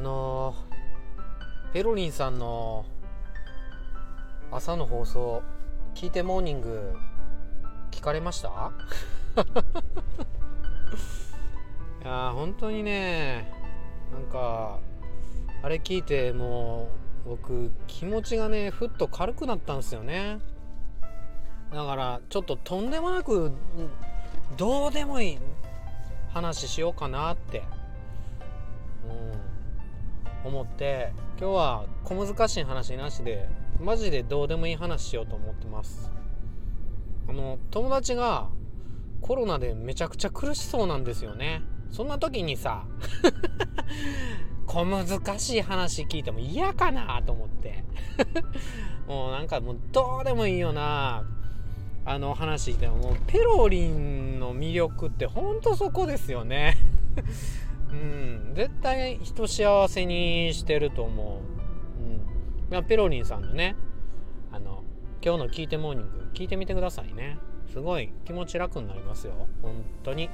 ペロリンさんの朝の放送聞いてモーニング聞かれました？いや本当にね、なんかあれ聞いてもう僕気持ちがねふっと軽くなったんですよね。だからちょっととんでもなくどうでもいい話しようかなって、思って今日は小難しい話なしでマジでどうでもいい話しようと思ってます。友達がコロナでめちゃくちゃ苦しそうなんですよね。そんな時にさ小難しい話聞いても嫌かなと思ってもうなんかもうどうでもいいよな話でもペロリンの魅力ってほんとそこですよね絶対人幸せにしてると思う、ペロリンさんのね今日の聞いてモーニング聞いてみてくださいね。すごい気持ち楽になりますよ本当に。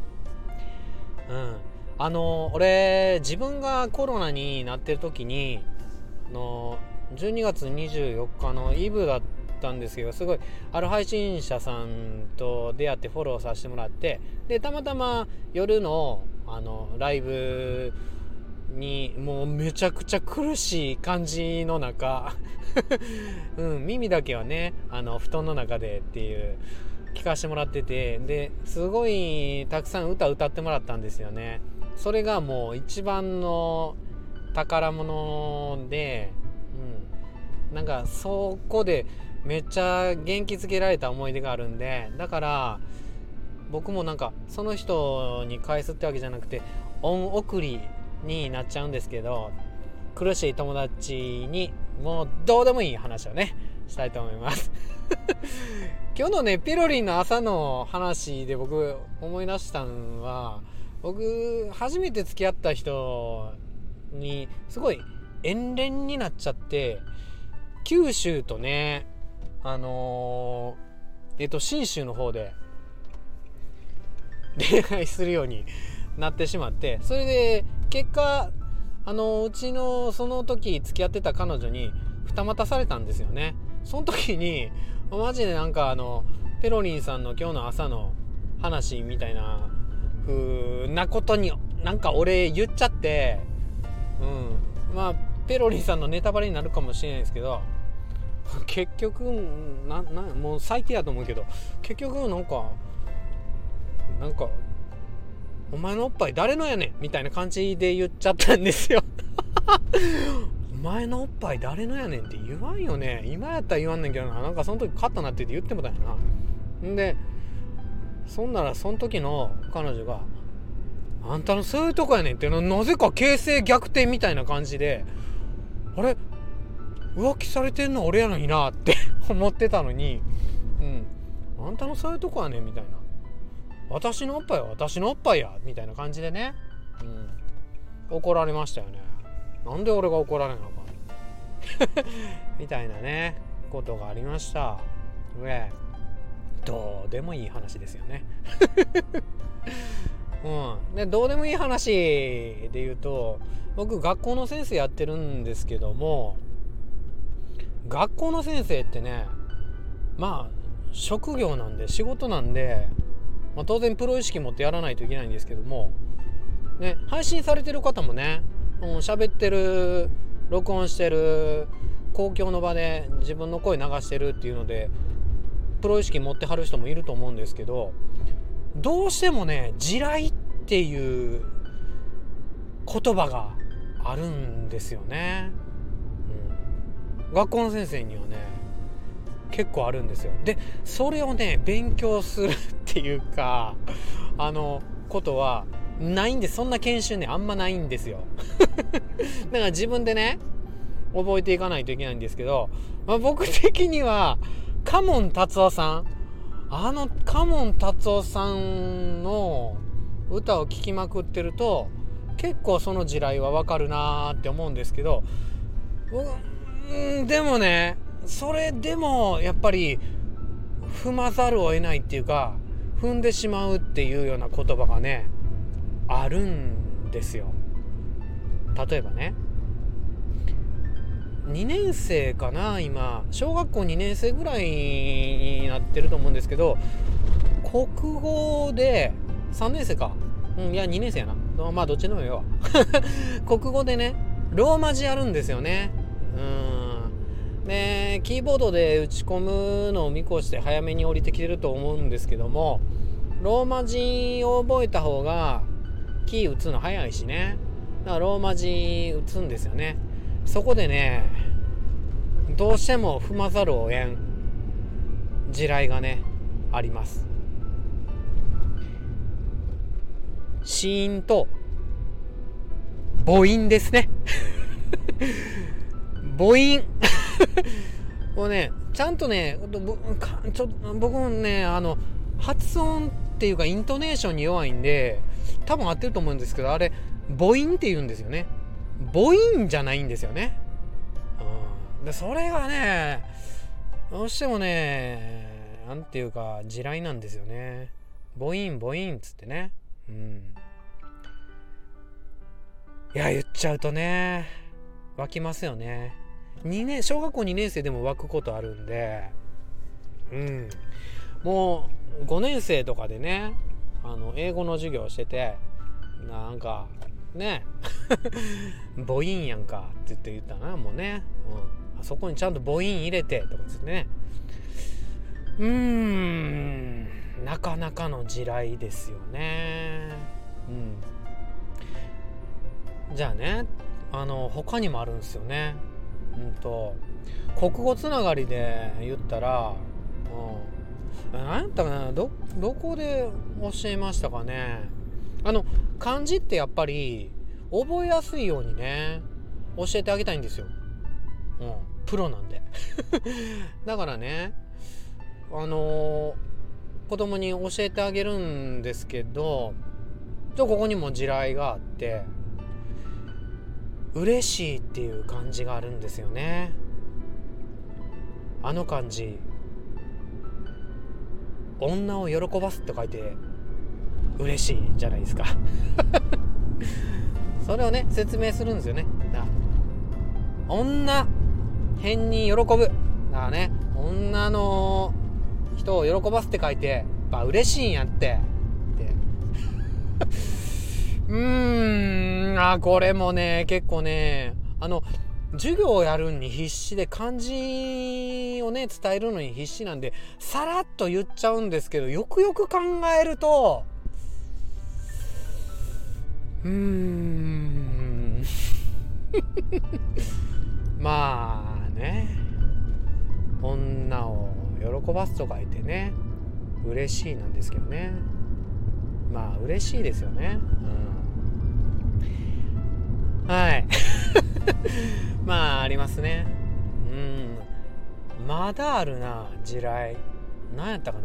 俺自分がコロナになってる時に12月24日のイブだったんですけど、すごいある配信者さんと出会ってフォローさせてもらって、でたまたま夜のライブにもうめちゃくちゃ苦しい感じの中耳だけはね布団の中でっていう聞かせてもらってて、ですごいたくさん歌ってもらったんですよね。それがもう一番の宝物で、なんかそこでめっちゃ元気づけられた思い出があるんで、だから僕もなんかその人に返すってわけじゃなくて恩送りになっちゃうんですけど、苦しい友達にもうどうでもいい話をねしたいと思います今日のねピロリンの朝の話で僕思い出したのは、僕初めて付き合った人にすごい遠恋になっちゃって、九州とね信州の方で恋愛するようになってしまって、それで結果うちのその時付き合ってた彼女に二股されたんですよね。その時にマジでなんかペロリンさんの今日の朝の話みたいな風なことになんか俺言っちゃって、ペロリンさんのネタバレになるかもしれないですけど、結局もう最低やと思うけど、結局なんかお前のおっぱい誰のやねんみたいな感じで言っちゃったんですよお前のおっぱい誰のやねんって言わんよね。今やったら言わんねんけどなんかその時カッとなってて言ってもたんやな。んでそんならその時の彼女があんたのそういうとこやねんっていうのなぜか形勢逆転みたいな感じで、あれ浮気されてんの俺やのになって思ってたのに、あんたのそういうとこやねんみたいな、私のおっぱいは私のおっぱいやみたいな感じでね、怒られましたよね。なんで俺が怒られなのかみたいなねことがありました。どうでもいい話ですよねでどうでもいい話で言うと、僕学校の先生やってるんですけども、学校の先生ってね職業なんで仕事なんで、当然プロ意識持ってやらないといけないんですけどもね、配信されてる方もね喋ってる録音してる公共の場で自分の声流してるっていうのでプロ意識持ってはる人もいると思うんですけど、どうしてもね地雷っていう言葉があるんですよね、学校の先生にはね結構あるんですよ。でそれをね勉強するっていうかことはないんで、そんな研修ねあんまないんですよだから自分でね覚えていかないといけないんですけど、僕的には嘉門タツオさん嘉門タツオさんの歌を聴きまくってると結構その地雷はわかるなって思うんですけど、でもねそれでもやっぱり踏まざるを得ないっていうか踏んでしまうっていうような言葉がねあるんですよ。 例えばね、2年生かな、今小学校2年生ぐらいになってると思うんですけど、国語で3年生か、いや2年生やな、まあどっちでもいいわ国語でねローマ字やるんですよね。でキーボードで打ち込むのを見越して早めに降りてきてると思うんですけども、ローマ字を覚えた方がキー打つの早いしね、だからローマ字打つんですよね。そこでねどうしても踏まざるを得ん地雷がねあります。子音と母音ですね母音もうねちゃんとね僕もね発音っていうかイントネーションに弱いんで多分合ってると思うんですけど、あれ母音って言うんですよね。母音じゃないんですよね。でそれがねどうしてもねなんていうか地雷なんですよね。母音っつってね。いや言っちゃうとね湧きますよね。小学校2年生でも湧くことあるんで、もう5年生とかでね英語の授業しててなんかね母音やんかって言ったな、もうね、あそこにちゃんと母音入れてとかですね。なかなかの地雷ですよね。じゃあね他にもあるんですよね。国語つながりで言ったら、何やったかな、どこで教えましたかね。漢字ってやっぱり覚えやすいようにね教えてあげたいんですよ。プロなんでだからね子供に教えてあげるんですけど、ここにも地雷があって、嬉しいっていう漢字があるんですよね。あの漢字女を喜ばすって書いて嬉しいじゃないですかそれをね説明するんですよね。女変に喜ぶだからね、女の人を喜ばすって書いて嬉しいんやってこれもね結構ね授業をやるに必死で漢字をね伝えるのに必死なんでさらっと言っちゃうんですけど、よくよく考えるとまあね、女を喜ばすと書いてね嬉しいなんですけどね、まあ嬉しいですよね。はいまあありますね。まだあるな地雷。何やったか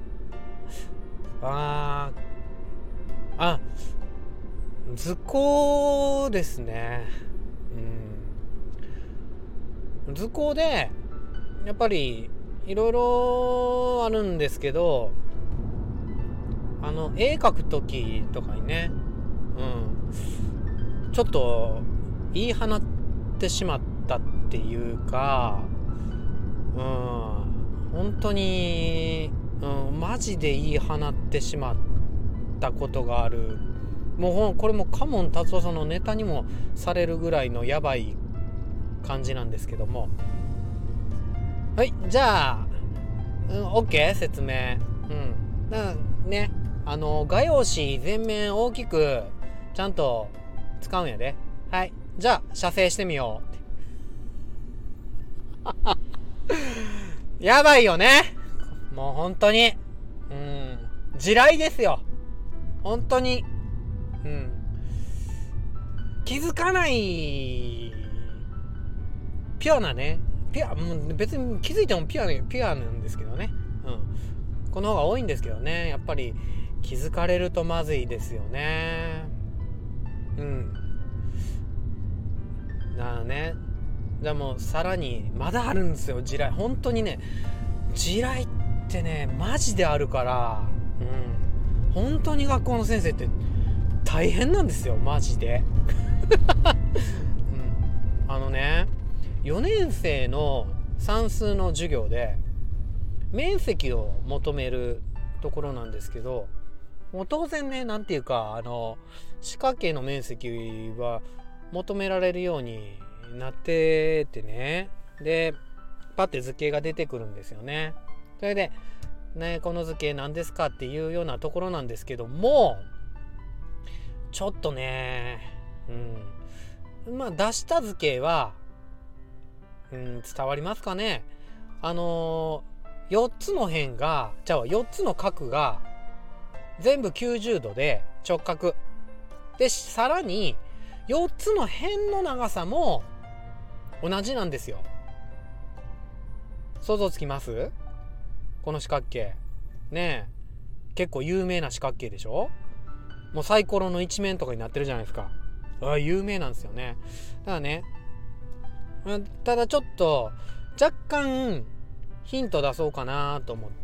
な。図工ですね。図工でやっぱりいろいろあるんですけど、絵描く時とかにね、ちょっと言い放ってしまったっていうか、本当に、マジで言い放ってしまったことがある。もうこれもカモン達夫さんのネタにもされるぐらいのやばい感じなんですけども、はい、じゃあ、OK 説明。ね、画用紙全面大きくちゃんと使うんやで。はい、じゃあ写生してみようやばいよね、もう本当に地雷ですよ本当に。気づかないピュアなね、別に気づいてもピュアなんですけどね、この方が多いんですけどね、やっぱり気づかれるとまずいですよね。なあね、じゃあもうさらにまだあるんですよ地雷。本当にね地雷ってねマジであるから、本当に学校の先生って大変なんですよマジで、4年生の算数の授業で面積を求めるところなんですけど、もう当然ね、なんていうか四角形の面積は求められるようになっててね、でパッて図形が出てくるんですよね。それでね、この図形何ですかっていうようなところなんですけども、ちょっとね、出した図形は、伝わりますかね。4つの辺が4つの角が全部90度で直角で、さらに4つの辺の長さも同じなんですよ。想像つきます？この四角形ねえ、結構有名な四角形でしょ。もうサイコロの一面とかになってるじゃないですか。有名なんですよね。ただちょっと若干ヒント出そうかなと思って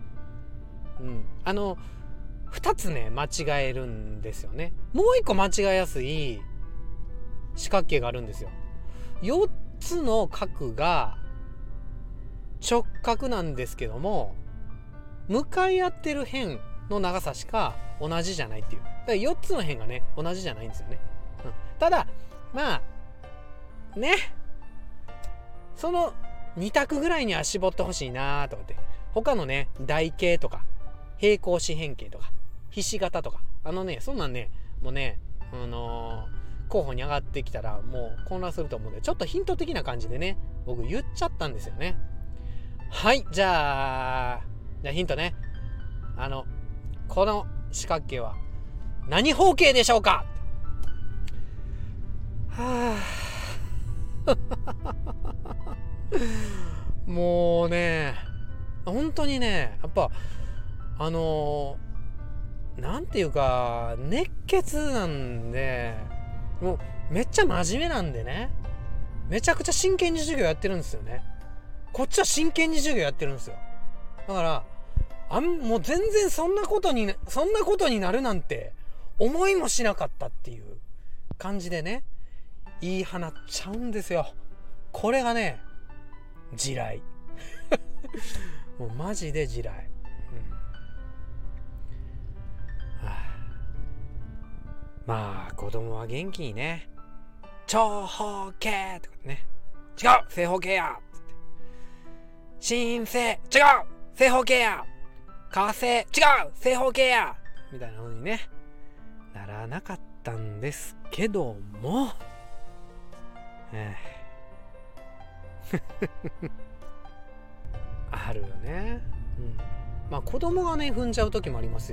、2つね間違えるんですよね。もう1個間違えやすい四角形があるんですよ。4つの角が直角なんですけども、向かい合ってる辺の長さしか同じじゃないっていう。だから4つの辺がね同じじゃないんですよね。ただその2択ぐらいには絞ってほしいなとかって、他のね台形とか平行四辺形とかひし形とかそんなんねもうね候補に上がってきたらもう混乱すると思うんで、ちょっとヒント的な感じでね僕言っちゃったんですよね。はい、じゃあヒントね。この四角形は何方形でしょうか。もうね本当にね、やっぱなんていうか熱血なんで、もうめっちゃ真面目なんでね、めちゃくちゃ真剣に授業やってるんですよね。こっちは真剣に授業やってるんですよ。だからもう全然そんなことになるなんて思いもしなかったっていう感じでね言い放っちゃうんですよ。これがね地雷もうマジで地雷、まあ子供は元気にね長方形とかね、違う正方形やつって新星違う正方形や火星違う正方形やみたいな風にねならなかったんですけども、あるよね。まあ子供がね踏んじゃう時もありますよ。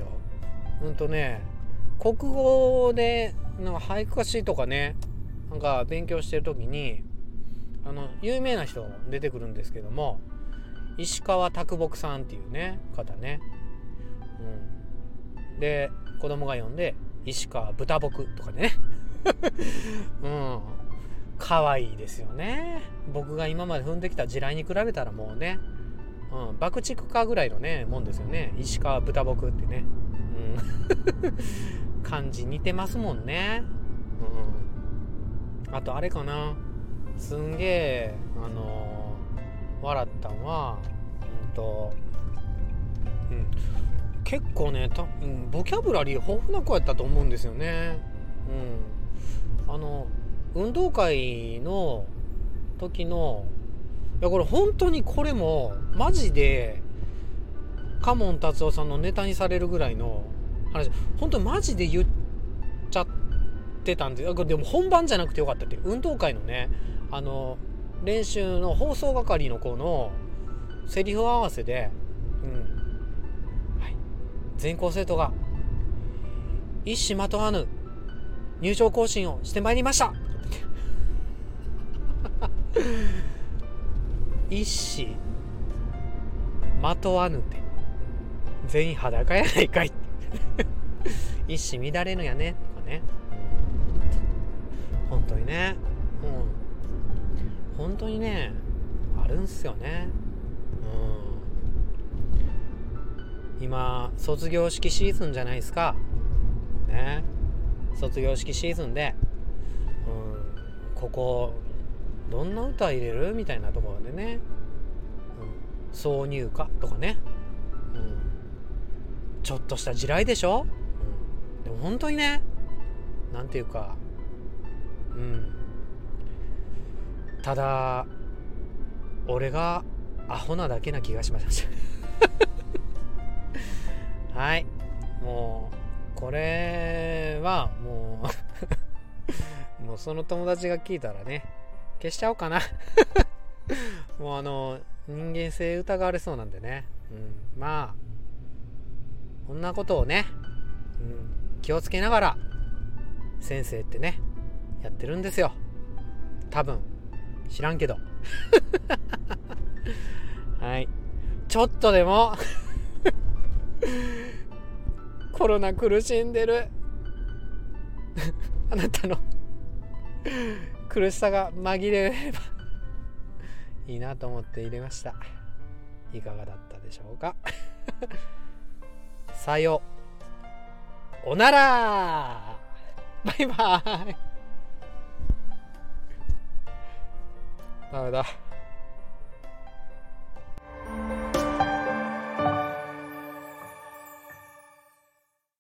国語でなんか俳句歌詞とかねなんか勉強してる時に有名な人出てくるんですけども、石川啄木さんっていうね方ね、で子供が読んで石川豚木とかね可愛いですよね。僕が今まで踏んできた地雷に比べたらもうね、爆竹かぐらいのねもんですよね。石川豚木ってね、漢字似てますもんね。あとあれかな、すんげえ笑ったんは結構ねボキャブラリー豊富な子やったと思うんですよね。運動会の時のこれ本当にこれもマジで嘉門達夫さんのネタにされるぐらいの話、本当にマジで言っちゃってたんで、でも本番じゃなくてよかったって、運動会のね練習の放送係の子のセリフ合わせで、全校生徒が一糸まとわぬ入場行進をしてまいりました一糸まとわぬって全員裸やないかい一糸乱れぬやねとかね、本当にね、本当にねあるんすよね。今卒業式シーズンじゃないですかね。 卒業式シーズンで、ここどんな歌入れるみたいなところでね、挿入歌とかね、ちょっとした地雷でしょ、でも本当にね、なんていうか、ただ俺がアホなだけな気がしましたはい、もうこれはもうもうその友達が聞いたらね、消しちゃおうかなもう人間性疑われそうなんでね、まあこんなことをね、気をつけながら先生ってねやってるんですよ、多分知らんけどはい、ちょっとでもコロナ苦しんでるあなたの苦しさが紛れればいいなと思って入れました。いかがだったでしょうかさよおなら、バイバイ。ダメだ。